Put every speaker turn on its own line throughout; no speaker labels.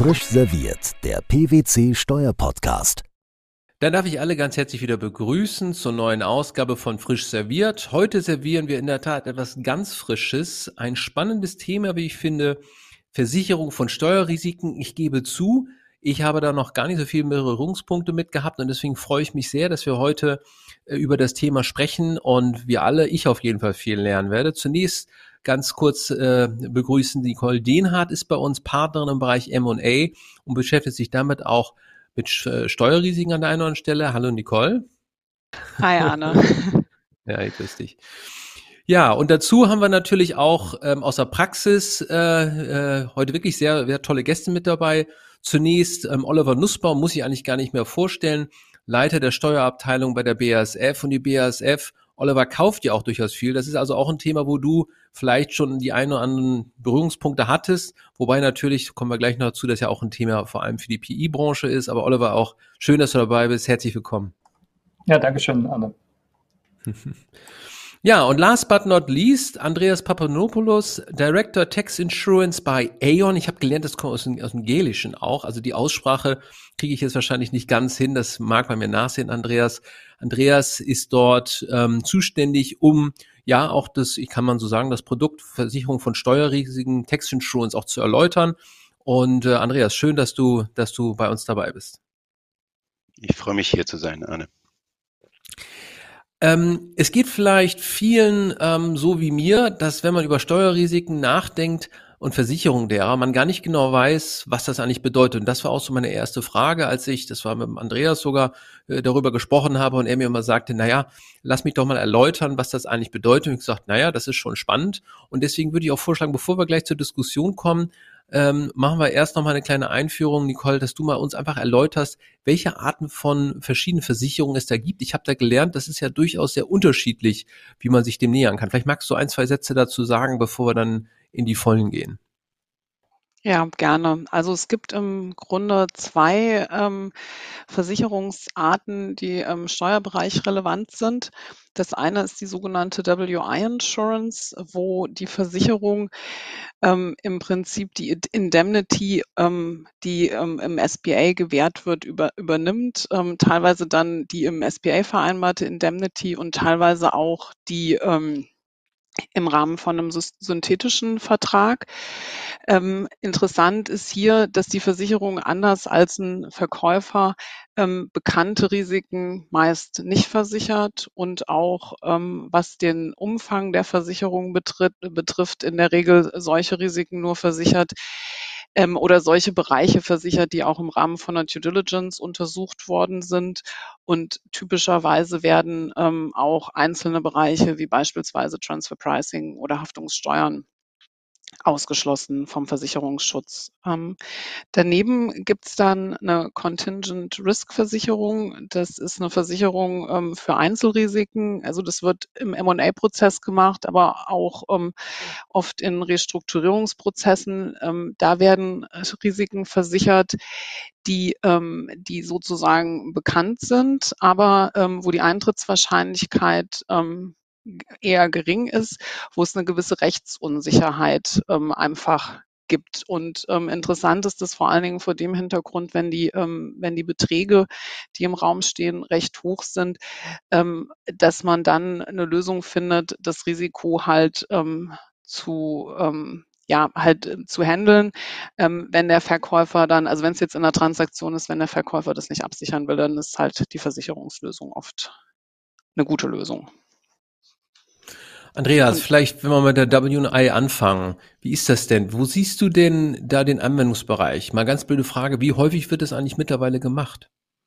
Frisch serviert, der PwC Steuerpodcast.
Dann darf ich alle ganz herzlich wieder begrüßen zur neuen Ausgabe von Frisch serviert. Heute servieren wir in der Tat etwas ganz Frisches, ein spannendes Thema, wie ich finde, Versicherung von Steuerrisiken. Ich gebe zu, ich habe da noch gar nicht so viele Berührungspunkte mit gehabt und deswegen freue ich mich sehr, dass wir heute über das Thema sprechen und wir alle, ich auf jeden Fall viel lernen werde. Zunächst ganz kurz begrüßen, Nicole Dehnhardt ist bei uns Partnerin im Bereich M&A und beschäftigt sich damit auch mit Steuerrisiken an der einen oder anderen Stelle. Hallo Nicole.
Hi Arne.
Ja, grüß dich. Ja, und dazu haben wir natürlich auch aus der Praxis heute wirklich sehr, sehr tolle Gäste mit dabei. Zunächst Oliver Nussbaum, muss ich eigentlich gar nicht mehr vorstellen, Leiter der Steuerabteilung bei der BASF. Und die BASF, Oliver, kauft ja auch durchaus viel. Das ist also auch ein Thema, wo du vielleicht schon die ein oder anderen Berührungspunkte hattest. Wobei natürlich, kommen wir gleich noch dazu, dass ja auch ein Thema vor allem für die PI-Branche ist. Aber Oliver, auch schön, dass du dabei bist. Herzlich willkommen.
Ja, danke schön, Anne.
Ja, und last but not least, Andreas Papanopoulos, Director Tax Insurance bei Aon. Ich habe gelernt, das kommt aus dem Gälischen auch. Also die Aussprache kriege ich jetzt wahrscheinlich nicht ganz hin. Das mag man mir nachsehen, Andreas. Andreas ist dort zuständig, um ja auch das, ich kann man so sagen, das Produkt Versicherung von Steuerrisiken, Tax Insurance auch zu erläutern. Und Andreas, schön, dass du bei uns dabei bist.
Ich freue mich, hier zu sein, Arne.
Es geht vielleicht vielen so wie mir, dass wenn man über Steuerrisiken nachdenkt und Versicherung derer, man gar nicht genau weiß, was das eigentlich bedeutet. Und das war auch so meine erste Frage, als ich, das war mit dem Andreas sogar, darüber gesprochen habe und er mir immer sagte, naja, lass mich doch mal erläutern, was das eigentlich bedeutet. Und ich gesagt, naja, das ist schon spannend. Und deswegen würde ich auch vorschlagen, bevor wir gleich zur Diskussion kommen, machen wir erst noch mal eine kleine Einführung, Nicole, dass du mal uns einfach erläuterst, welche Arten von verschiedenen Versicherungen es da gibt. Ich habe da gelernt, das ist ja durchaus sehr unterschiedlich, wie man sich dem nähern kann. Vielleicht magst du ein, zwei Sätze dazu sagen, bevor wir dann in die Vollen gehen.
Ja, gerne. Also es gibt im Grunde zwei Versicherungsarten, die im Steuerbereich relevant sind. Das eine ist die sogenannte WI Insurance, wo die Versicherung im Prinzip die Indemnity, die im SPA gewährt wird, übernimmt. Teilweise dann die im SPA vereinbarte Indemnity und teilweise auch die im Rahmen von einem synthetischen Vertrag. Interessant ist hier, dass die Versicherung anders als ein Verkäufer bekannte Risiken meist nicht versichert und auch was den Umfang der Versicherung betrifft, in der Regel solche Risiken nur versichert oder solche Bereiche versichert, die auch im Rahmen von einer Due Diligence untersucht worden sind. Und typischerweise werden auch einzelne Bereiche wie beispielsweise Transfer Pricing oder Haftungssteuern ausgeschlossen vom Versicherungsschutz. Daneben gibt's dann eine Contingent Risk Versicherung. Das ist eine Versicherung für Einzelrisiken. Also das wird im M&A-Prozess gemacht, aber auch oft in Restrukturierungsprozessen. Da werden Risiken versichert, die sozusagen bekannt sind, aber wo die Eintrittswahrscheinlichkeit eher gering ist, wo es eine gewisse Rechtsunsicherheit einfach gibt. Und interessant ist das vor allen Dingen vor dem Hintergrund, wenn die Beträge, die im Raum stehen, recht hoch sind, dass man dann eine Lösung findet, das Risiko halt zu handeln, wenn der Verkäufer dann, also wenn es jetzt in der Transaktion ist, wenn der Verkäufer das nicht absichern will, dann ist halt die Versicherungslösung oft eine gute Lösung.
Andreas, vielleicht, wenn wir mit der W&I anfangen, wie ist das denn? Wo siehst du denn da den Anwendungsbereich? Mal ganz blöde Frage, wie häufig wird das eigentlich mittlerweile gemacht?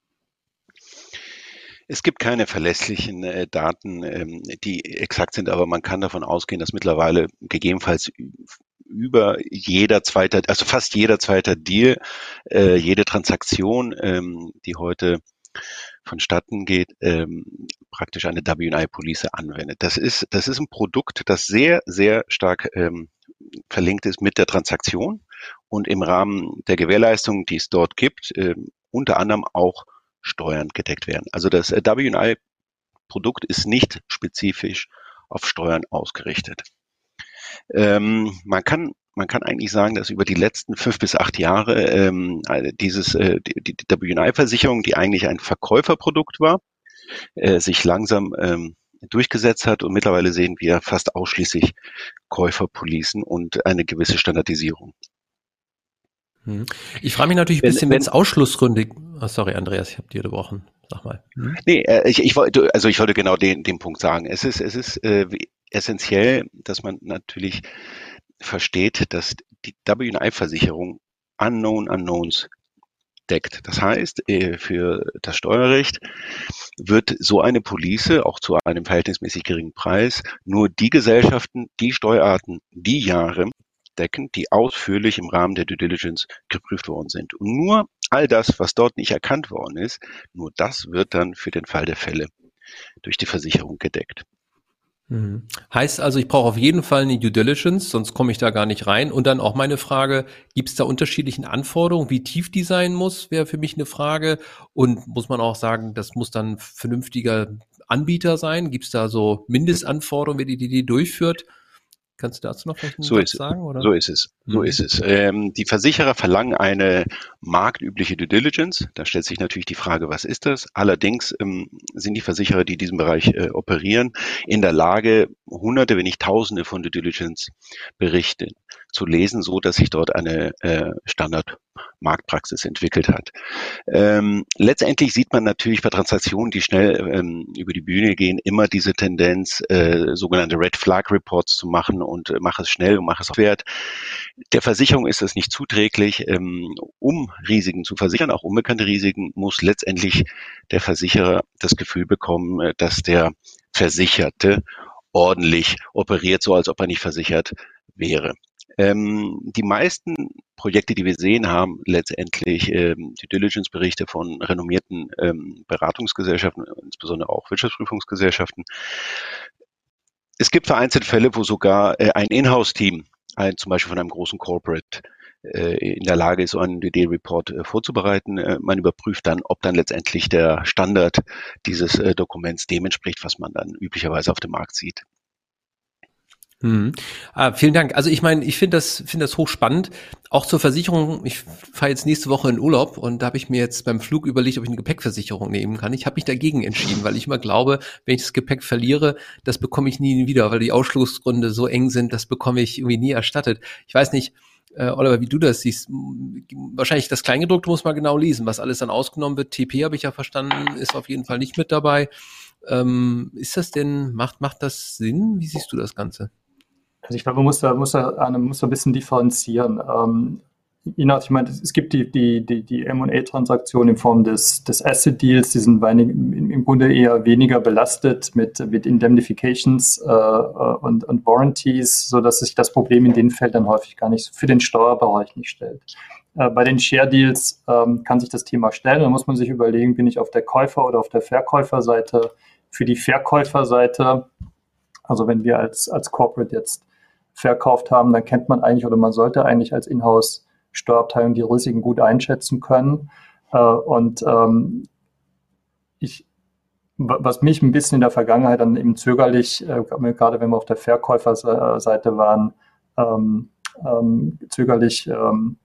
Es gibt keine verlässlichen Daten, die exakt sind, aber man kann davon ausgehen, dass mittlerweile gegebenenfalls über fast jeder zweite Deal, jede Transaktion, die heute vonstatten geht, praktisch eine W&I-Police anwendet. Das ist ein Produkt, das sehr, sehr stark verlinkt ist mit der Transaktion und im Rahmen der Gewährleistung, die es dort gibt, unter anderem auch Steuern gedeckt werden. Also das W&I-Produkt ist nicht spezifisch auf Steuern ausgerichtet. Man kann man kann eigentlich sagen, dass über die letzten 5 bis 8 Jahre die W&I-Versicherung, die eigentlich ein Verkäuferprodukt war, sich langsam durchgesetzt hat und mittlerweile sehen wir fast ausschließlich Käuferpolicen und eine gewisse Standardisierung.
Ich frage mich natürlich ein bisschen, wenn es Ausschlussgründe... sorry, Andreas, ich habe dir unterbrochen. Sag mal.
Nee, ich wollte genau den Punkt sagen. Es ist essentiell, dass man natürlich versteht, dass die W&I-Versicherung Unknown Unknowns deckt. Das heißt, für das Steuerrecht wird so eine Police auch zu einem verhältnismäßig geringen Preis nur die Gesellschaften, die Steuerarten, die Jahre decken, die ausführlich im Rahmen der Due Diligence geprüft worden sind. Und nur all das, was dort nicht erkannt worden ist, nur das wird dann für den Fall der Fälle durch die Versicherung gedeckt.
Heißt also, ich brauche auf jeden Fall eine Due Diligence, sonst komme ich da gar nicht rein. Und dann auch meine Frage, gibt es da unterschiedliche Anforderungen, wie tief die sein muss, wäre für mich eine Frage. Und muss man auch sagen, das muss dann vernünftiger Anbieter sein? Gibt es da so Mindestanforderungen, wenn die durchführt? Kannst du dazu noch vielleicht einen Satz sagen? Oder?
So ist es. Die Versicherer verlangen eine marktübliche Due Diligence. Da stellt sich natürlich die Frage, was ist das? Allerdings sind die Versicherer, die in diesem Bereich operieren, in der Lage, Hunderte, wenn nicht Tausende von Due Diligence Berichten zu lesen, so dass sich dort eine Standardmarktpraxis entwickelt hat. Letztendlich sieht man natürlich bei Transaktionen, die schnell über die Bühne gehen, immer diese Tendenz, sogenannte Red Flag Reports zu machen und mach es schnell und mach es auch wert. Der Versicherung ist das nicht zuträglich. Um Risiken zu versichern, auch unbekannte Risiken, muss letztendlich der Versicherer das Gefühl bekommen, dass der Versicherte ordentlich operiert, so als ob er nicht versichert wäre. Die meisten Projekte, die wir sehen, haben letztendlich die Diligence-Berichte von renommierten Beratungsgesellschaften, insbesondere auch Wirtschaftsprüfungsgesellschaften. Es gibt vereinzelt Fälle, wo sogar ein Inhouse-Team, zum Beispiel von einem großen Corporate, in der Lage ist, so einen DD-Report vorzubereiten. Man überprüft dann, ob dann letztendlich der Standard dieses Dokuments dem entspricht, was man dann üblicherweise auf dem Markt sieht.
Vielen Dank. Also ich meine, ich finde das hochspannend. Auch zur Versicherung, ich fahre jetzt nächste Woche in Urlaub und da habe ich mir jetzt beim Flug überlegt, ob ich eine Gepäckversicherung nehmen kann. Ich habe mich dagegen entschieden, weil ich immer glaube, wenn ich das Gepäck verliere, das bekomme ich nie wieder, weil die Ausschlussgründe so eng sind, das bekomme ich irgendwie nie erstattet. Ich weiß nicht, Oliver, wie du das siehst. Wahrscheinlich das Kleingedruckte muss man genau lesen, was alles dann ausgenommen wird. TP habe ich ja verstanden, ist auf jeden Fall nicht mit dabei. Ist das denn, macht das Sinn? Wie siehst du das Ganze?
Also ich glaube, man muss da ein bisschen differenzieren. Ich meine, es gibt die M&A-Transaktionen in Form des Asset-Deals, die sind im Grunde eher weniger belastet mit Indemnifications und Warranties, sodass sich das Problem in den Fällen dann häufig gar nicht für den Steuerbereich nicht stellt. Bei den Share-Deals kann sich das Thema stellen. Da muss man sich überlegen, bin ich auf der Käufer- oder auf der Verkäuferseite. Für die Verkäuferseite, also wenn wir als Corporate jetzt verkauft haben, dann kennt man eigentlich oder man sollte eigentlich als Inhouse-Steuerabteilung die Risiken gut einschätzen können. Was mich ein bisschen in der Vergangenheit dann eben zögerlich, gerade wenn wir auf der Verkäuferseite waren, zögerlich im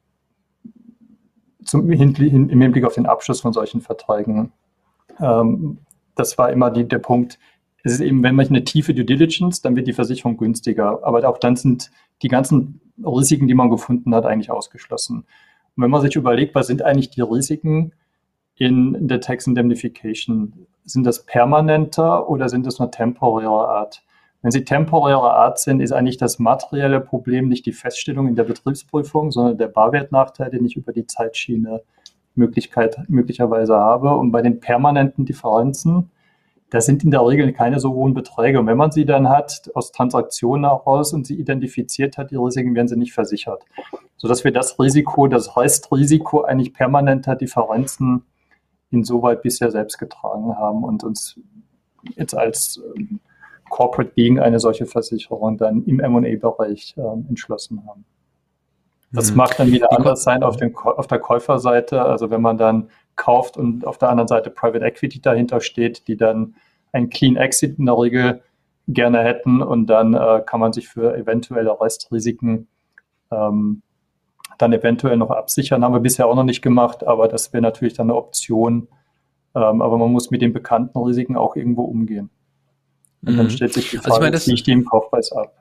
Hinblick auf den Abschluss von solchen Verträgen. Das war immer der Punkt. Es ist eben, wenn man eine tiefe Due Diligence, dann wird die Versicherung günstiger. Aber auch dann sind die ganzen Risiken, die man gefunden hat, eigentlich ausgeschlossen. Und wenn man sich überlegt, was sind eigentlich die Risiken in der Tax Indemnification? Sind das permanenter oder sind das nur temporärer Art? Wenn sie temporärer Art sind, ist eigentlich das materielle Problem nicht die Feststellung in der Betriebsprüfung, sondern der Barwertnachteil, den ich über die Zeitschiene möglicherweise habe. Und bei den permanenten Differenzen, das sind in der Regel keine so hohen Beträge. Und wenn man sie dann hat, aus Transaktionen heraus und sie identifiziert hat, die Risiken, werden sie nicht versichert. Sodass wir das Restrisiko eigentlich permanenter Differenzen insoweit bisher selbst getragen haben und uns jetzt als Corporate gegen eine solche Versicherung dann im M&A-Bereich entschlossen haben. Das mag dann wieder anders sein auf der Käuferseite, also wenn man dann kauft und auf der anderen Seite Private Equity dahinter steht, die dann einen Clean Exit in der Regel gerne hätten und dann kann man sich für eventuelle Restrisiken dann eventuell noch absichern. Haben wir bisher auch noch nicht gemacht, aber das wäre natürlich dann eine Option. Aber man muss mit den bekannten Risiken auch irgendwo umgehen. Und dann stellt sich die Frage,
Also ich meine,
ziehe ich die im Kaufpreis ab?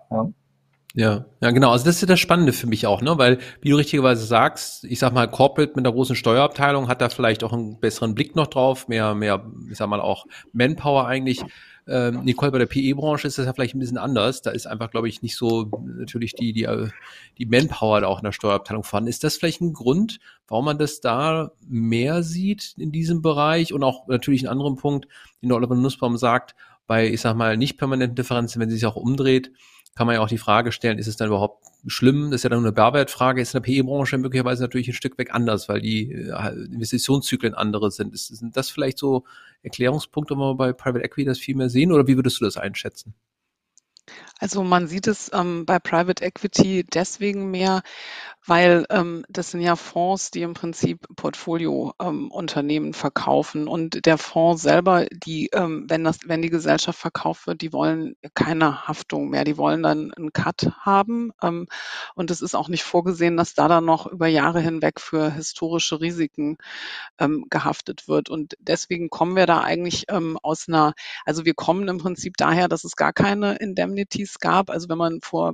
Ja, genau. Also das ist ja das Spannende für mich auch, ne? Weil, wie du richtigerweise sagst, ich sag mal, Corporate mit einer großen Steuerabteilung hat da vielleicht auch einen besseren Blick noch drauf, mehr, ich sag mal auch Manpower eigentlich. Nicole, bei der PE-Branche ist das ja vielleicht ein bisschen anders. Da ist einfach, glaube ich, nicht so natürlich die Manpower da auch in der Steuerabteilung vorhanden. Ist das vielleicht ein Grund, warum man das da mehr sieht in diesem Bereich? Und auch natürlich ein anderen Punkt, den der Oliver Nussbaum sagt, bei, ich sag mal, nicht permanenten Differenzen, wenn sie sich auch umdreht, kann man ja auch die Frage stellen, ist es dann überhaupt schlimm? Das ist ja dann nur eine Barwertfrage. Ist in der PE-Branche möglicherweise natürlich ein Stück weg anders, weil die Investitionszyklen andere sind. Sind das vielleicht so Erklärungspunkte, wo wir bei Private Equity das viel mehr sehen? Oder wie würdest du das einschätzen?
Also man sieht es bei Private Equity deswegen mehr, weil das sind ja Fonds, die im Prinzip Portfolio-Unternehmen verkaufen. Und der Fonds selber, wenn die Gesellschaft verkauft wird, die wollen keine Haftung mehr, die wollen dann einen Cut haben. Und es ist auch nicht vorgesehen, dass da dann noch über Jahre hinweg für historische Risiken gehaftet wird. Und deswegen kommen wir da eigentlich also wir kommen im Prinzip daher, dass es gar keine Indemnities gab. Also wenn man vor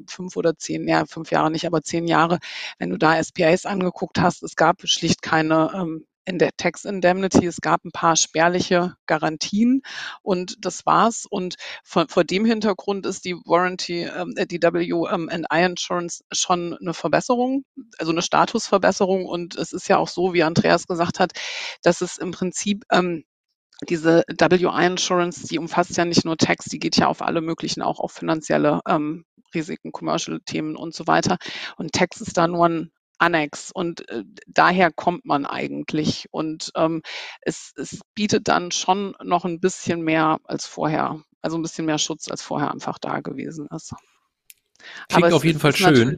5 Jahre nicht, aber 10 Jahre, wenn du da SPAs angeguckt hast, es gab schlicht keine in der Tax Indemnity, es gab ein paar spärliche Garantien und das war's. Und vor dem Hintergrund ist die die W&I Insurance schon eine Verbesserung, also eine Statusverbesserung. Und es ist ja auch so, wie Andreas gesagt hat, dass es im Prinzip diese WI Insurance, die umfasst ja nicht nur Tax, die geht ja auf alle möglichen, auch auf finanzielle Risiken, Commercial-Themen und so weiter. Und Tax ist da nur ein Annex und daher kommt man eigentlich. Und es bietet dann schon noch ein bisschen mehr als vorher, also ein bisschen mehr Schutz als vorher einfach da gewesen ist.
Klingt auf jeden Fall schön.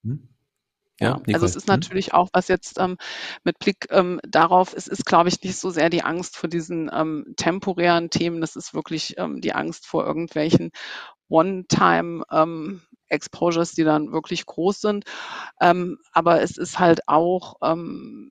Ja, also es ist natürlich auch, was jetzt mit Blick darauf, es ist, glaube ich, nicht so sehr die Angst vor diesen temporären Themen, das ist wirklich die Angst vor irgendwelchen One-Time Exposures, die dann wirklich groß sind. Aber es ist halt auch, wenn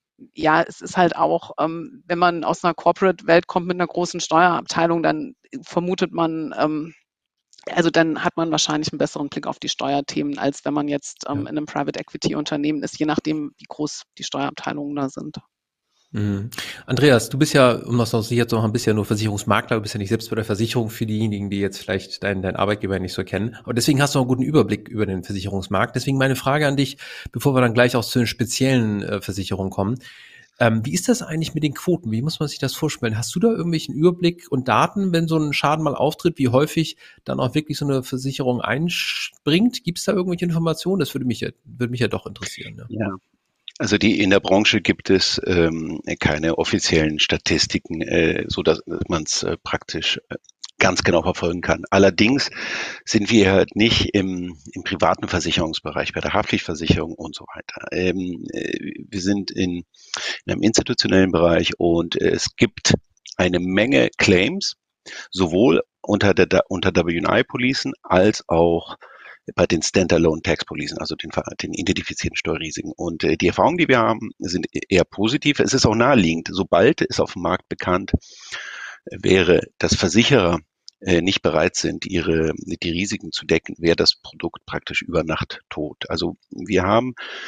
man aus einer Corporate-Welt kommt mit einer großen Steuerabteilung, dann vermutet man, also dann hat man wahrscheinlich einen besseren Blick auf die Steuerthemen, als wenn man jetzt in einem Private Equity Unternehmen ist, je nachdem, wie groß die Steuerabteilungen da sind.
Mhm. Andreas, du bist ja, um das noch sicher zu machen, bist ja nur Versicherungsmakler, du bist ja nicht selbst bei der Versicherung für diejenigen, die jetzt vielleicht deinen Arbeitgeber nicht so kennen. Aber deswegen hast du auch einen guten Überblick über den Versicherungsmarkt. Deswegen meine Frage an dich, bevor wir dann gleich auch zu den speziellen Versicherungen kommen. Wie ist das eigentlich mit den Quoten? Wie muss man sich das vorstellen? Hast du da irgendwelchen Überblick und Daten, wenn so ein Schaden mal auftritt, wie häufig dann auch wirklich so eine Versicherung einspringt? Gibt es da irgendwelche Informationen? Das würde mich ja doch interessieren. Ne?
Ja. Also in der Branche gibt es keine offiziellen Statistiken, so dass man es praktisch ganz genau verfolgen kann. Allerdings sind wir halt nicht im privaten Versicherungsbereich, bei der Haftpflichtversicherung und so weiter. Wir sind in einem institutionellen Bereich und es gibt eine Menge Claims, sowohl unter W&I-Policen als auch bei den Standalone-Tax-Policen, also den identifizierten Steuerrisiken. Und die Erfahrungen, die wir haben, sind eher positiv. Es ist auch naheliegend. Sobald es auf dem Markt bekannt wäre, dass Versicherer nicht bereit sind, die Risiken zu decken, wäre das Produkt praktisch über Nacht tot. Also wir haben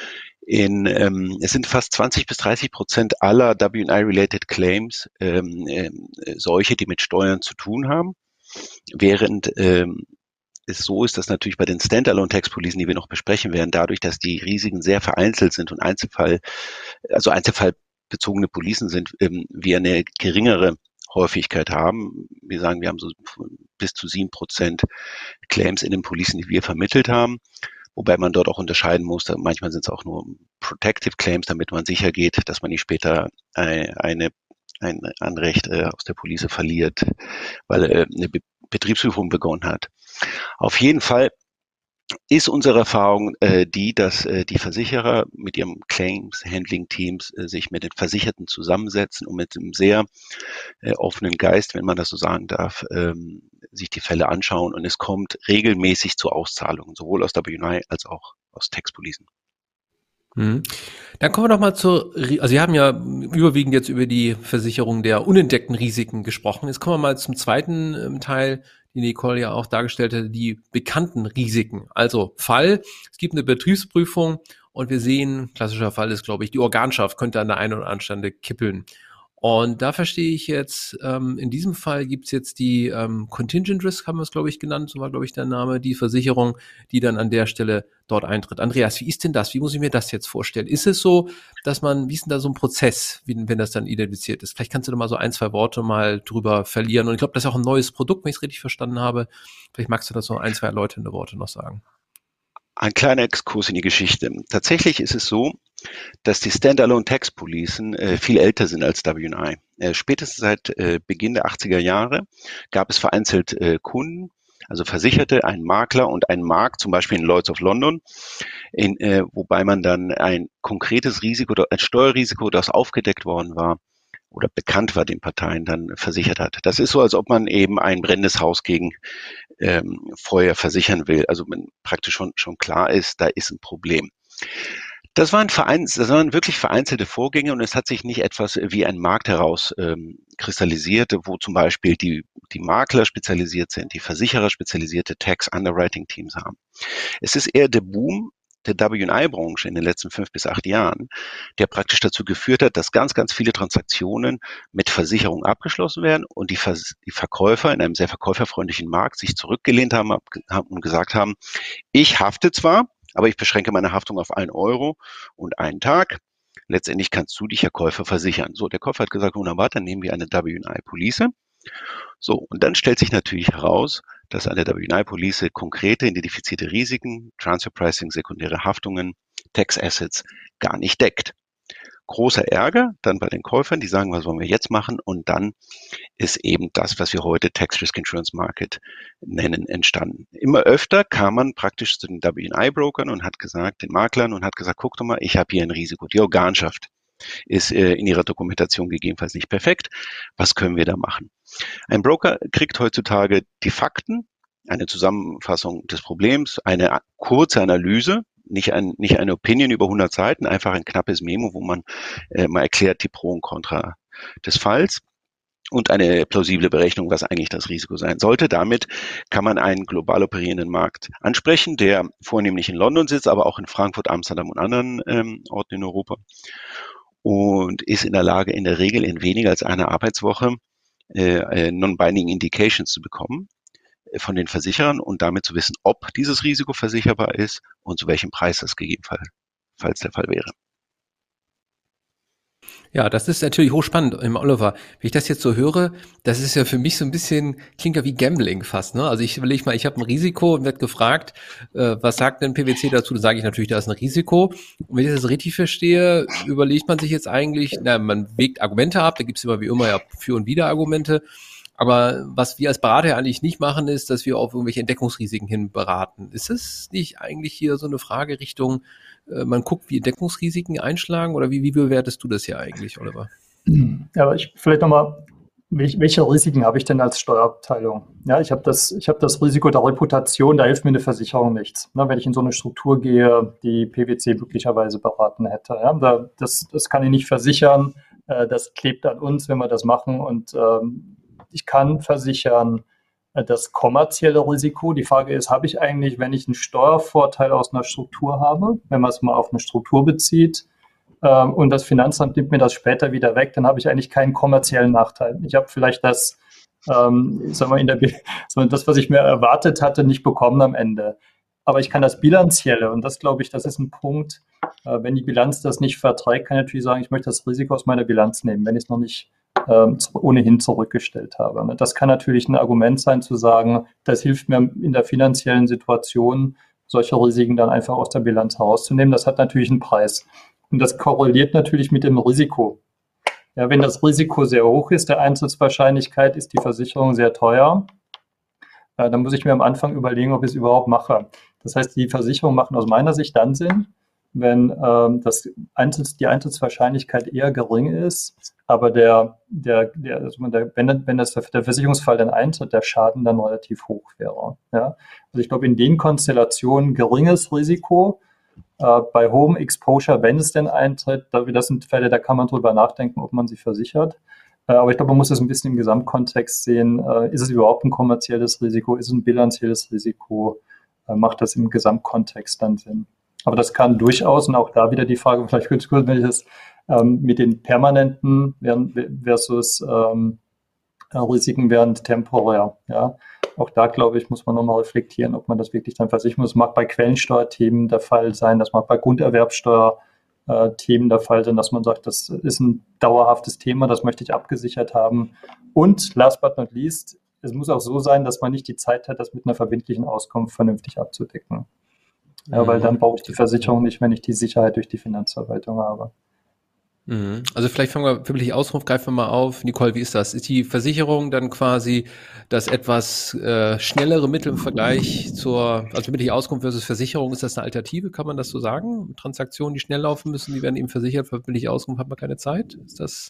es sind fast 20-30% aller W&I-related Claims solche, die mit Steuern zu tun haben, während es so ist, dass natürlich bei den Standalone-Tax-Policen, die wir noch besprechen werden, dadurch, dass die Risiken sehr vereinzelt sind und einzelfallbezogene Policen sind, wir eine geringere Häufigkeit haben. Wir sagen, wir haben so bis zu 7% Claims in den Policen, die wir vermittelt haben, wobei man dort auch unterscheiden muss. Manchmal sind es auch nur Protective Claims, damit man sicher geht, dass man nicht später ein Anrecht aus der Police verliert, weil eine Betriebsprüfung begonnen hat. Auf jeden Fall ist unsere Erfahrung dass die Versicherer mit ihrem Claims-Handling-Teams sich mit den Versicherten zusammensetzen und mit einem sehr offenen Geist, wenn man das so sagen darf, sich die Fälle anschauen und es kommt regelmäßig zu Auszahlungen, sowohl aus der W&I als auch aus Tax-Policen.
Mhm. Dann kommen wir noch mal also wir haben ja überwiegend jetzt über die Versicherung der unentdeckten Risiken gesprochen. Jetzt kommen wir mal zum zweiten Teil, die Nicole ja auch dargestellt hat, die bekannten Risiken. Also Fall, es gibt eine Betriebsprüfung und wir sehen, klassischer Fall ist, glaube ich, die Organschaft könnte an der einen oder anderen Stelle kippeln. Und da verstehe ich jetzt, in diesem Fall gibt's jetzt die Contingent Risk, haben wir es, glaube ich, genannt, so war, glaube ich, der Name, die Versicherung, die dann an der Stelle dort eintritt. Andreas, wie ist denn das? Wie muss ich mir das jetzt vorstellen? Ist es so, dass wie ist denn da so ein Prozess, wenn das dann identifiziert ist? Vielleicht kannst du da mal so 1, 2 Worte mal drüber verlieren. Und ich glaube, das ist auch ein neues Produkt, wenn ich es richtig verstanden habe. Vielleicht magst du das so 1, 2 erläuternde Worte noch sagen.
Ein kleiner Exkurs in die Geschichte. Tatsächlich ist es so, dass die Standalone-Tax-Policen viel älter sind als W&I. Spätestens seit Beginn der 80er Jahre gab es vereinzelt Kunden, also Versicherte, einen Makler und einen Markt, zum Beispiel in Lloyd's of London, wobei man dann ein konkretes Risiko, ein Steuerrisiko, das aufgedeckt worden war oder bekannt war den Parteien, dann versichert hat. Das ist so, als ob man eben ein brennendes Haus gegen Feuer versichern will. Also wenn praktisch schon klar ist, da ist ein Problem. Das waren wirklich vereinzelte Vorgänge und es hat sich nicht etwas wie ein Markt heraus kristallisiert, wo zum Beispiel die Makler spezialisiert sind, die Versicherer spezialisierte Tax-Underwriting-Teams haben. Es ist eher der Boom der W&I-Branche in den letzten 5 bis 8 Jahren, der praktisch dazu geführt hat, dass ganz, ganz viele Transaktionen mit Versicherung abgeschlossen werden und die Verkäufer in einem sehr verkäuferfreundlichen Markt sich zurückgelehnt haben und gesagt haben, ich hafte zwar, aber ich beschränke meine Haftung auf 1 Euro und einen Tag. Letztendlich kannst du dich, Herr Käufer, versichern. So, der Käufer hat gesagt, wunderbar, dann nehmen wir eine W&I-Police. So, und dann stellt sich natürlich heraus, dass eine W&I-Police konkrete identifizierte Risiken, Transfer Pricing, sekundäre Haftungen, Tax Assets gar nicht deckt. Großer Ärger dann bei den Käufern, die sagen, was wollen wir jetzt machen? Und dann ist eben das, was wir heute Tax Risk Insurance Market nennen, entstanden. Immer öfter kam man praktisch zu den W&I-Brokern und hat gesagt, den Maklern und hat gesagt, guck doch mal, ich habe hier ein Risiko. Die Organschaft ist in ihrer Dokumentation gegebenenfalls nicht perfekt. Was können wir da machen? Ein Broker kriegt heutzutage die Fakten, eine Zusammenfassung des Problems, eine kurze Analyse, nicht eine Opinion über 100 Seiten, einfach ein knappes Memo, wo man mal erklärt die Pro und Contra des Falls und eine plausible Berechnung, was eigentlich das Risiko sein sollte. Damit kann man einen global operierenden Markt ansprechen, der vornehmlich in London sitzt, aber auch in Frankfurt, Amsterdam und anderen Orten in Europa und ist in der Lage, in der Regel in weniger als einer Arbeitswoche Non-Binding Indications zu bekommen von den Versicherern und damit zu wissen, ob dieses Risiko versicherbar ist und zu welchem Preis das gegebenenfalls der Fall wäre.
Ja, das ist natürlich hochspannend, Oliver. Wenn ich das jetzt so höre, das ist ja für mich so ein bisschen, klingt ja wie Gambling fast, ne? Also ich überlege mal, ich habe ein Risiko und werde gefragt, was sagt denn PwC dazu? Dann sage ich natürlich, da ist ein Risiko. Und wenn ich das richtig verstehe, überlegt man sich jetzt eigentlich, man wägt Argumente ab, da gibt es immer wie immer ja Für- und Wider-Argumente. Aber was wir als Berater ja eigentlich nicht machen, ist, dass wir auf irgendwelche Entdeckungsrisiken hin beraten. Ist es nicht eigentlich hier so eine Frage Richtung, man guckt, wie Entdeckungsrisiken einschlagen oder wie bewertest du das hier eigentlich, Oliver?
Ja, aber vielleicht nochmal, welche Risiken habe ich denn als Steuerabteilung? Ja, ich habe das Risiko der Reputation, da hilft mir eine Versicherung nichts. Na, wenn ich in so eine Struktur gehe, die PwC möglicherweise beraten hätte. Ja, das kann ich nicht versichern, das klebt an uns, wenn wir das machen und ich kann versichern, das kommerzielle Risiko. Die Frage ist, habe ich eigentlich, wenn ich einen Steuervorteil aus einer Struktur habe, wenn man es mal auf eine Struktur bezieht, und das Finanzamt nimmt mir das später wieder weg, dann habe ich eigentlich keinen kommerziellen Nachteil. Ich habe vielleicht das, das, was ich mir erwartet hatte, nicht bekommen am Ende. Aber ich kann das Bilanzielle, und das glaube ich, das ist ein Punkt, wenn die Bilanz das nicht verträgt, kann ich natürlich sagen, ich möchte das Risiko aus meiner Bilanz nehmen, wenn ich es noch nicht ohnehin zurückgestellt habe. Das kann natürlich ein Argument sein, zu sagen, das hilft mir in der finanziellen Situation, solche Risiken dann einfach aus der Bilanz herauszunehmen. Das hat natürlich einen Preis. Und das korreliert natürlich mit dem Risiko. Ja, wenn das Risiko sehr hoch ist, der Eintrittswahrscheinlichkeit, ist die Versicherung sehr teuer, dann muss ich mir am Anfang überlegen, ob ich es überhaupt mache. Das heißt, die Versicherungen machen aus meiner Sicht dann Sinn, wenn die Eintrittswahrscheinlichkeit eher gering ist, aber wenn der Versicherungsfall dann eintritt, der Schaden dann relativ hoch wäre. Ja? Also ich glaube, in den Konstellationen geringes Risiko, Bei Home Exposure, wenn es denn eintritt, das sind Fälle, da kann man drüber nachdenken, ob man sie versichert. Aber ich glaube, man muss es ein bisschen im Gesamtkontext sehen. Ist es überhaupt ein kommerzielles Risiko? Ist es ein bilanzielles Risiko? Macht das im Gesamtkontext dann Sinn? Aber das kann durchaus, und auch da wieder die Frage, vielleicht kurz, wenn ich das mit den permanenten versus Risiken während temporär. Ja. Auch da, glaube ich, muss man nochmal reflektieren, ob man das wirklich dann versichern muss. Das mag bei Quellensteuerthemen der Fall sein, das mag bei Grunderwerbsteuerthemen der Fall sein, dass man sagt, das ist ein dauerhaftes Thema, das möchte ich abgesichert haben. Und last but not least, es muss auch so sein, dass man nicht die Zeit hat, das mit einer verbindlichen Auskunft vernünftig abzudecken. Ja, weil dann brauche ich die Versicherung nicht, wenn ich die Sicherheit durch die Finanzverwaltung habe.
Also vielleicht fangen wir wirklich Auskunft, greifen wir mal auf. Nicole, wie ist das? Ist die Versicherung dann quasi das etwas schnellere Mittel im Vergleich also verbindliche Auskunft versus Versicherung, ist das eine Alternative, kann man das so sagen? Transaktionen, die schnell laufen müssen, die werden eben versichert, verbindliche Auskunft hat man keine Zeit? Ist das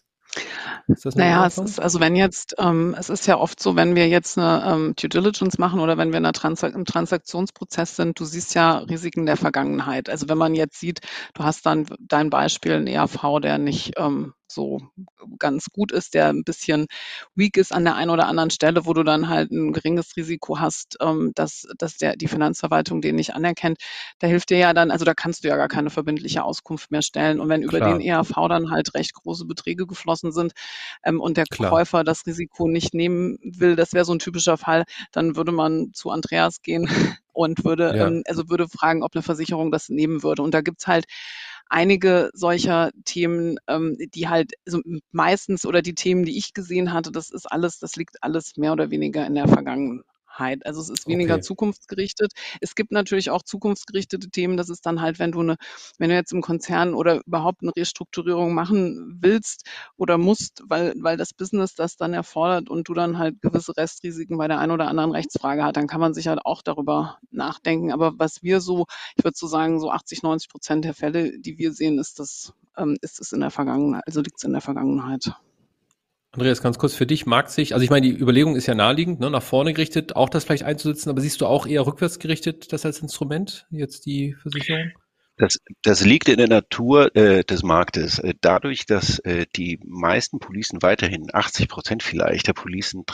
Naja, es ist, also wenn jetzt, es ist ja oft so, wenn wir jetzt eine Due Diligence machen oder wenn wir in im Transaktionsprozess sind, du siehst ja Risiken der Vergangenheit. Also wenn man jetzt sieht, du hast dann dein Beispiel, ein ERV, der nicht so ganz gut ist, der ein bisschen weak ist an der einen oder anderen Stelle, wo du dann halt ein geringes Risiko hast, dass die Finanzverwaltung den nicht anerkennt. Da hilft dir ja dann, also da kannst du ja gar keine verbindliche Auskunft mehr stellen. Und wenn über den ERV dann halt recht große Beträge geflossen sind und der Käufer das Risiko nicht nehmen will, das wäre so ein typischer Fall, dann würde man zu Andreas gehen und würde fragen, ob eine Versicherung das nehmen würde. Und da gibt's halt einige solcher Themen, die halt also meistens oder die Themen, die ich gesehen hatte, das liegt alles mehr oder weniger in der Vergangenheit. Also es ist weniger zukunftsgerichtet. Es gibt natürlich auch zukunftsgerichtete Themen. Das ist dann halt, wenn du jetzt im Konzern oder überhaupt eine Restrukturierung machen willst oder musst, weil das Business das dann erfordert und du dann halt gewisse Restrisiken bei der einen oder anderen Rechtsfrage hast, dann kann man sich halt auch darüber nachdenken. Aber was wir so, ich würde so sagen, so 80-90% der Fälle, die wir sehen, ist es in der Vergangenheit, also liegt es in der Vergangenheit.
Andreas, ganz kurz für dich, also ich meine, die Überlegung ist ja naheliegend, ne, nach vorne gerichtet, auch das vielleicht einzusetzen, aber siehst du auch eher rückwärts gerichtet das als Instrument, jetzt die Versicherung?
Das liegt in der Natur des Marktes. Dadurch, dass die meisten Policen weiterhin, 80% vielleicht der Policen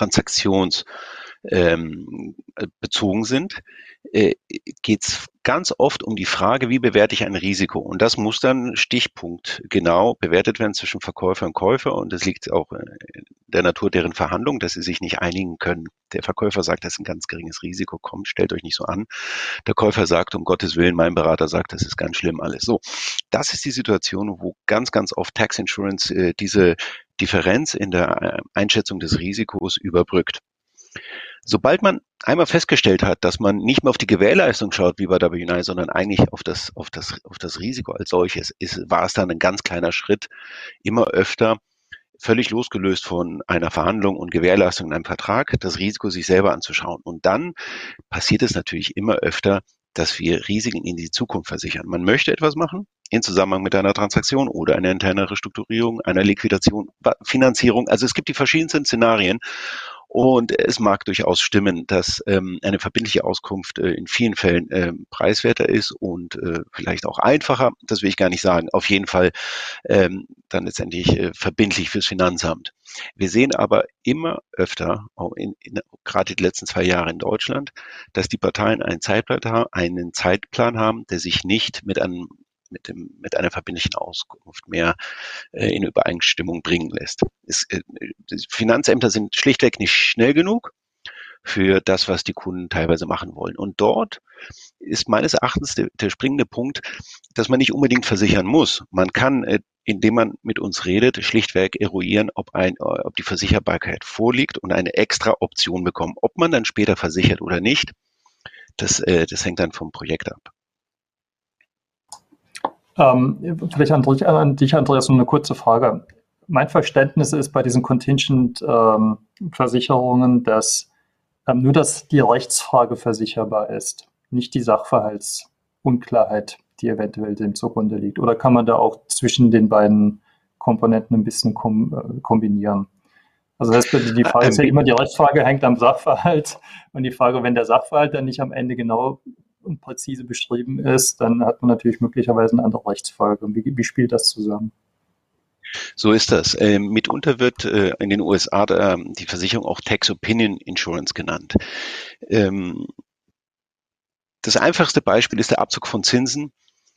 transaktionsbezogen sind, geht es ganz oft um die Frage, wie bewerte ich ein Risiko? Und das muss dann stichpunktgenau bewertet werden zwischen Verkäufer und Käufer. Und das liegt auch in der Natur deren Verhandlung, dass sie sich nicht einigen können. Der Verkäufer sagt, das ist ein ganz geringes Risiko, kommt, stellt euch nicht so an. Der Käufer sagt, um Gottes Willen, mein Berater sagt, das ist ganz schlimm alles. So, das ist die Situation, wo ganz, ganz oft Tax Insurance diese Differenz in der Einschätzung des Risikos überbrückt. Sobald man einmal festgestellt hat, dass man nicht mehr auf die Gewährleistung schaut wie bei WNI, sondern eigentlich auf das Risiko als solches, war es dann ein ganz kleiner Schritt, immer öfter völlig losgelöst von einer Verhandlung und Gewährleistung in einem Vertrag, das Risiko sich selber anzuschauen. Und dann passiert es natürlich immer öfter, dass wir Risiken in die Zukunft versichern. Man möchte etwas machen in Zusammenhang mit einer Transaktion oder einer internen Restrukturierung, einer Liquidation, Finanzierung. Also es gibt die verschiedensten Szenarien. Und es mag durchaus stimmen, dass eine verbindliche Auskunft in vielen Fällen preiswerter ist und vielleicht auch einfacher. Das will ich gar nicht sagen. Auf jeden Fall dann letztendlich verbindlich fürs Finanzamt. Wir sehen aber immer öfter, auch gerade die letzten 2 Jahre in Deutschland, dass die Parteien einen Zeitplan haben, der sich nicht mit einer verbindlichen Auskunft mehr in Übereinstimmung bringen lässt. Die Finanzämter sind schlichtweg nicht schnell genug für das, was die Kunden teilweise machen wollen. Und dort ist meines Erachtens der springende Punkt, dass man nicht unbedingt versichern muss. Man kann, indem man mit uns redet, schlichtweg eruieren, ob die Versicherbarkeit vorliegt und eine extra Option bekommen. Ob man dann später versichert oder nicht, das hängt dann vom Projekt ab.
Vielleicht an dich, Andreas, noch eine kurze Frage. Mein Verständnis ist bei diesen Contingent-Versicherungen, dass nur die Rechtsfrage versicherbar ist, nicht die Sachverhaltsunklarheit, die eventuell dem zugrunde liegt. Oder kann man da auch zwischen den beiden Komponenten ein bisschen kombinieren? Also das heißt, die Frage ist ja immer, die Rechtsfrage hängt am Sachverhalt und die Frage, wenn der Sachverhalt dann nicht am Ende genau und präzise beschrieben ist, dann hat man natürlich möglicherweise eine andere Rechtsfolge. Wie spielt das zusammen?
So ist das. Mitunter wird in den USA die Versicherung auch Tax Opinion Insurance genannt. Das einfachste Beispiel ist der Abzug von Zinsen.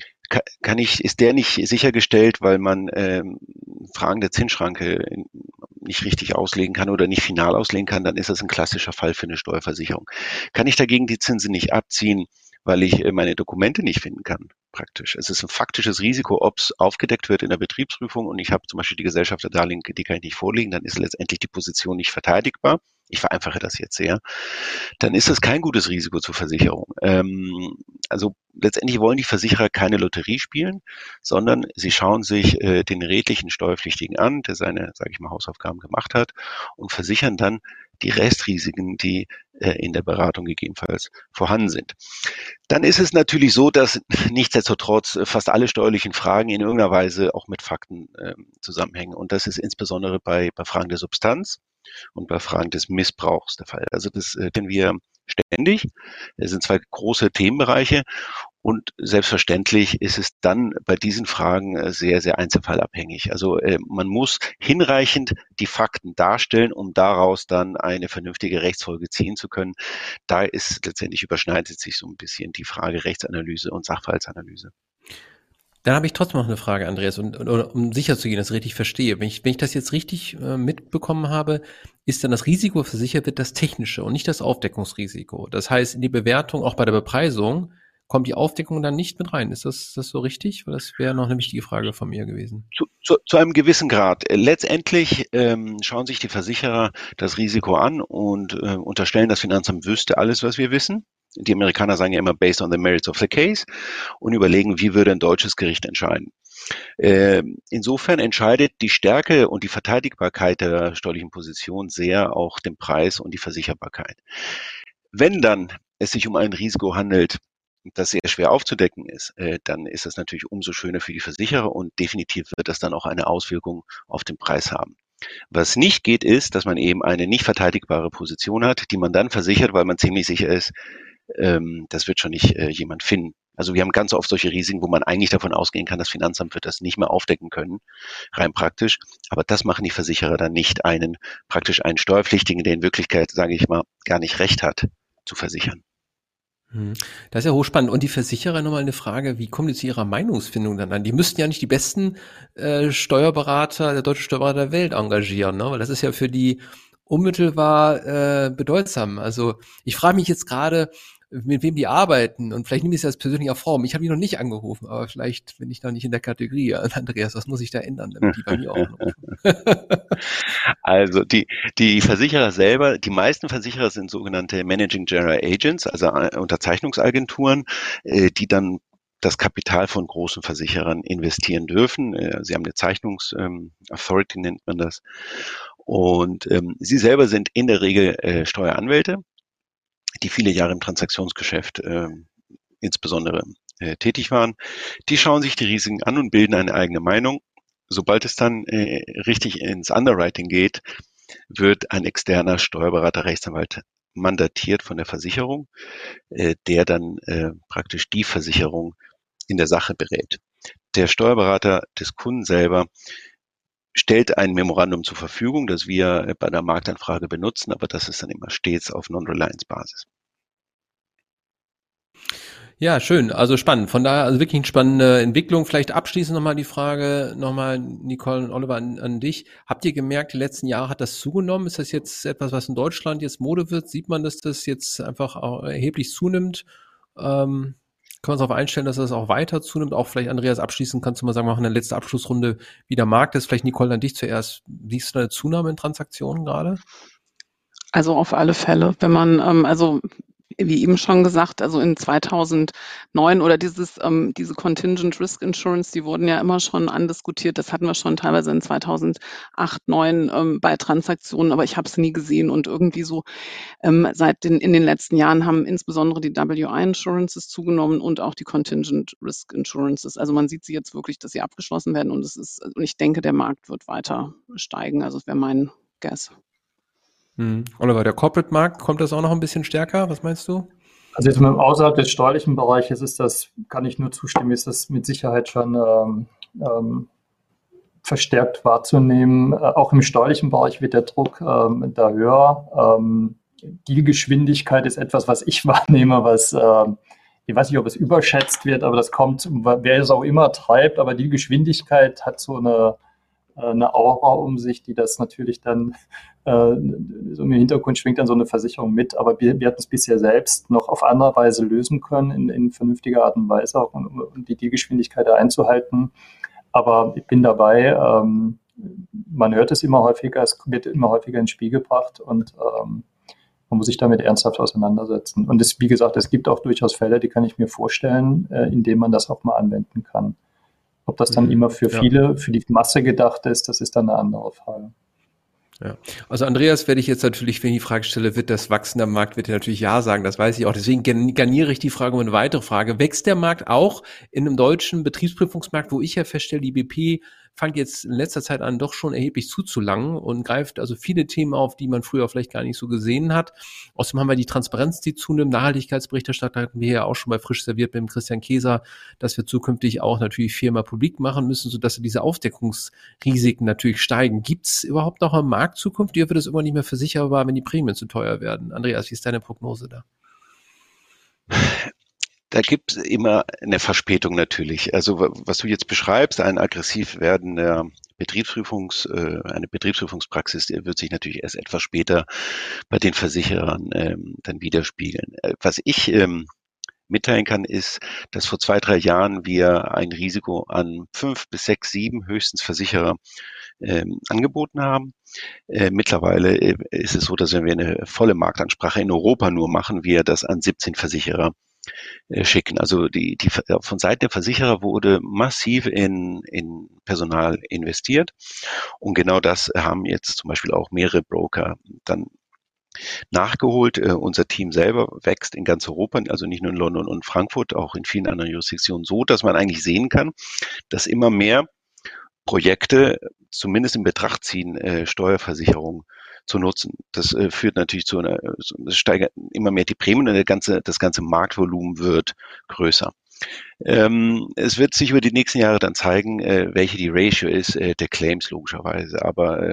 Ist der nicht sichergestellt, weil man Fragen der Zinsschranke nicht richtig auslegen kann oder nicht final auslegen kann, dann ist das ein klassischer Fall für eine Steuerversicherung. Kann ich dagegen die Zinsen nicht abziehen, weil ich meine Dokumente nicht finden kann, praktisch. Es ist ein faktisches Risiko, ob es aufgedeckt wird in der Betriebsprüfung und ich habe zum Beispiel die Gesellschafterdarlehen, die kann ich nicht vorlegen, dann ist letztendlich die Position nicht verteidigbar. Ich vereinfache das jetzt sehr. Dann ist das kein gutes Risiko zur Versicherung. Also letztendlich wollen die Versicherer keine Lotterie spielen, sondern sie schauen sich den redlichen Steuerpflichtigen an, der seine, sage ich mal, Hausaufgaben gemacht hat und versichern dann die Restrisiken, die in der Beratung gegebenenfalls vorhanden sind. Dann ist es natürlich so, dass nichtsdestotrotz fast alle steuerlichen Fragen in irgendeiner Weise auch mit Fakten zusammenhängen. Und das ist insbesondere bei Fragen der Substanz und bei Fragen des Missbrauchs der Fall. Also das kennen wir ständig. Es sind zwei große Themenbereiche. Und selbstverständlich ist es dann bei diesen Fragen sehr, sehr einzelfallabhängig. Also man muss hinreichend die Fakten darstellen, um daraus dann eine vernünftige Rechtsfolge ziehen zu können. Da ist letztendlich überschneidet sich so ein bisschen die Frage Rechtsanalyse und Sachverhaltsanalyse.
Dann habe ich trotzdem noch eine Frage, Andreas, und um sicher zu gehen, dass ich richtig verstehe. Wenn ich das jetzt richtig mitbekommen habe, ist dann das Risiko versichert wird das technische und nicht das Aufdeckungsrisiko. Das heißt, in die Bewertung, auch bei der Bepreisung, kommt die Aufdeckung dann nicht mit rein. Ist das so richtig? Weil das wäre noch eine wichtige Frage von mir gewesen.
Zu einem gewissen Grad. Letztendlich schauen sich die Versicherer das Risiko an und unterstellen, das Finanzamt wüsste alles, was wir wissen. Die Amerikaner sagen ja immer based on the merits of the case und überlegen, wie würde ein deutsches Gericht entscheiden. Insofern entscheidet die Stärke und die Verteidigbarkeit der steuerlichen Position sehr auch den Preis und die Versicherbarkeit. Wenn dann es sich um ein Risiko handelt, das sehr schwer aufzudecken ist, dann ist das natürlich umso schöner für die Versicherer und definitiv wird das dann auch eine Auswirkung auf den Preis haben. Was nicht geht, ist, dass man eben eine nicht verteidigbare Position hat, die man dann versichert, weil man ziemlich sicher ist, das wird schon nicht jemand finden. Also wir haben ganz oft solche Risiken, wo man eigentlich davon ausgehen kann, das Finanzamt wird das nicht mehr aufdecken können, rein praktisch. Aber das machen die Versicherer dann nicht, praktisch einen Steuerpflichtigen, der in Wirklichkeit, sage ich mal, gar nicht recht hat, zu versichern.
Das ist ja hochspannend. Und die Versicherer, nochmal eine Frage, wie kommen die zu ihrer Meinungsfindung dann an? Die müssten ja nicht die besten Steuerberater, der deutsche Steuerberater der Welt engagieren, ne? Weil das ist ja für die unmittelbar bedeutsam. Also ich frage mich jetzt gerade, mit wem die arbeiten und vielleicht nehme ich es als persönlicher Form. Ich habe die noch nicht angerufen, aber vielleicht bin ich noch nicht in der Kategorie. Andreas, was muss ich da ändern, damit die bei mir auch anrufen?
Also die Versicherer selber, die meisten Versicherer sind sogenannte Managing General Agents, also Unterzeichnungsagenturen, die dann das Kapital von großen Versicherern investieren dürfen. Sie haben eine Zeichnungs-Authority, nennt man das. Und sie selber sind in der Regel Steueranwälte, die viele Jahre im Transaktionsgeschäft insbesondere tätig waren. Die schauen sich die Risiken an und bilden eine eigene Meinung. Sobald es dann richtig ins Underwriting geht, wird ein externer Steuerberater, Rechtsanwalt mandatiert von der Versicherung, der dann praktisch die Versicherung in der Sache berät. Der Steuerberater des Kunden selber stellt ein Memorandum zur Verfügung, das wir bei der Marktanfrage benutzen, aber das ist dann immer stets auf Non-Reliance-Basis.
Ja, schön, also spannend. Von daher, also wirklich eine spannende Entwicklung. Vielleicht abschließend nochmal die Frage, nochmal Nicole und Oliver an dich. Habt ihr gemerkt, die letzten Jahre hat das zugenommen? Ist das jetzt etwas, was in Deutschland jetzt Mode wird? Sieht man, dass das jetzt einfach auch erheblich zunimmt? Kann man uns darauf einstellen, dass das auch weiter zunimmt? Auch vielleicht, Andreas, abschließend kannst du mal sagen, wir machen eine letzte Abschlussrunde, wie der Markt ist. Vielleicht, Nicole, an dich zuerst. Siehst du eine Zunahme in Transaktionen gerade?
Also auf alle Fälle. Wenn man, wie eben schon gesagt, also in 2009 oder diese Contingent Risk Insurance, die wurden ja immer schon andiskutiert. Das hatten wir schon teilweise in 2008, 2009 bei Transaktionen, aber ich habe es nie gesehen. Und irgendwie so in den letzten Jahren haben insbesondere die WI Insurances zugenommen und auch die Contingent Risk Insurances. Also man sieht sie jetzt wirklich, dass sie abgeschlossen werden und und ich denke, der Markt wird weiter steigen. Also das wäre mein Guess.
Oliver, der Corporate-Markt, kommt das auch noch ein bisschen stärker? Was meinst du?
Also jetzt außerhalb des steuerlichen Bereiches kann ich nur zustimmen, ist das mit Sicherheit schon verstärkt wahrzunehmen. Auch im steuerlichen Bereich wird der Druck da höher. Die Geschwindigkeit ist etwas, was ich wahrnehme, ich weiß nicht, ob es überschätzt wird, aber das kommt, wer es auch immer treibt, aber die Geschwindigkeit hat so eine Aura um sich, die das natürlich dann so im Hintergrund schwingt dann so eine Versicherung mit, aber wir hatten es bisher selbst noch auf andere Weise lösen können, in vernünftiger Art und Weise, auch um die Geschwindigkeit einzuhalten. Aber ich bin dabei, man hört es immer häufiger, es wird immer häufiger ins Spiel gebracht und man muss sich damit ernsthaft auseinandersetzen. Und wie gesagt, es gibt auch durchaus Fälle, die kann ich mir vorstellen, in denen man das auch mal anwenden kann. Ob das dann immer für viele, für die Masse gedacht ist, das ist dann eine andere Frage.
Ja, also Andreas werde ich jetzt natürlich, wenn ich die Frage stelle, wird das wachsen am Markt, wird er natürlich ja sagen, das weiß ich auch. Deswegen garniere ich die Frage um eine weitere Frage. Wächst der Markt auch in einem deutschen Betriebsprüfungsmarkt, wo ich ja feststelle, die BP fängt jetzt in letzter Zeit an, doch schon erheblich zuzulangen und greift also viele Themen auf, die man früher vielleicht gar nicht so gesehen hat. Außerdem haben wir die Transparenz, die zunimmt. Nachhaltigkeitsberichterstattung hatten wir ja auch schon bei Frisch serviert mit dem Christian Keser, dass wir zukünftig auch natürlich Firma publik machen müssen, sodass diese Aufdeckungsrisiken natürlich steigen. Gibt es überhaupt noch einen Markt zukünftig, oder wird es immer nicht mehr versicherbar, wenn die Prämien zu teuer werden? Andreas, wie ist deine Prognose da?
Da gibt es immer eine Verspätung natürlich. Also was du jetzt beschreibst, ein aggressiv werdender eine Betriebsprüfungspraxis, die wird sich natürlich erst etwas später bei den Versicherern dann widerspiegeln. Was ich mitteilen kann, ist, dass vor 2-3 Jahren wir ein Risiko an 5 bis 6, 7 höchstens Versicherer angeboten haben. Mittlerweile ist es so, dass wenn wir eine volle Marktansprache in Europa nur machen, wir das an 17 Versicherer schicken. Also die von Seiten der Versicherer wurde massiv in Personal investiert und genau das haben jetzt zum Beispiel auch mehrere Broker dann nachgeholt. Unser Team selber wächst in ganz Europa, also nicht nur in London und Frankfurt, auch in vielen anderen Jurisdiktionen so, dass man eigentlich sehen kann, dass immer mehr Projekte zumindest in Betracht ziehen, Steuerversicherung zu nutzen. Das führt natürlich es steigert immer mehr die Prämien und das ganze Marktvolumen wird größer. Es wird sich über die nächsten Jahre dann zeigen, welche die Ratio ist der Claims logischerweise, aber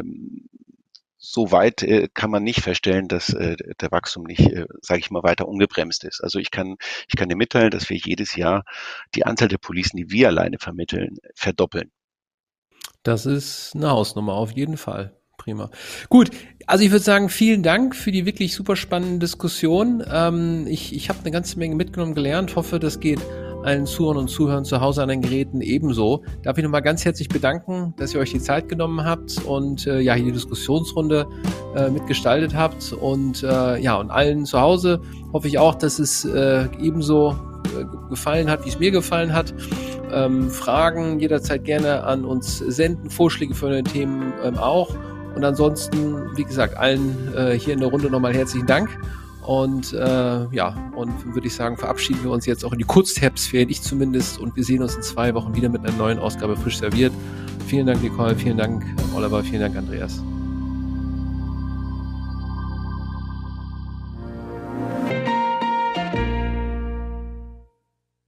so weit kann man nicht feststellen, dass der Wachstum nicht, sage ich mal, weiter ungebremst ist. Also ich kann dir mitteilen, dass wir jedes Jahr die Anzahl der Policen, die wir alleine vermitteln, verdoppeln.
Das ist eine Hausnummer, auf jeden Fall. Prima. Gut, also ich würde sagen, vielen Dank für die wirklich super spannende Diskussion. Ich habe eine ganze Menge mitgenommen, gelernt. Hoffe, das geht allen Zuhörern und Zuhörern zu Hause an den Geräten ebenso. Darf ich nochmal ganz herzlich bedanken, dass ihr euch die Zeit genommen habt und hier die Diskussionsrunde mitgestaltet habt. Und und allen zu Hause hoffe ich auch, dass es ebenso gefallen hat, wie es mir gefallen hat. Fragen jederzeit gerne an uns senden, Vorschläge für neue Themen auch. Und ansonsten, wie gesagt, allen hier in der Runde nochmal herzlichen Dank. Und und würde ich sagen, verabschieden wir uns jetzt auch in die Kurzherbstferien, ich zumindest. Und wir sehen uns in 2 Wochen wieder mit einer neuen Ausgabe Frisch serviert. Vielen Dank, Nicole, vielen Dank, Oliver, vielen Dank, Andreas.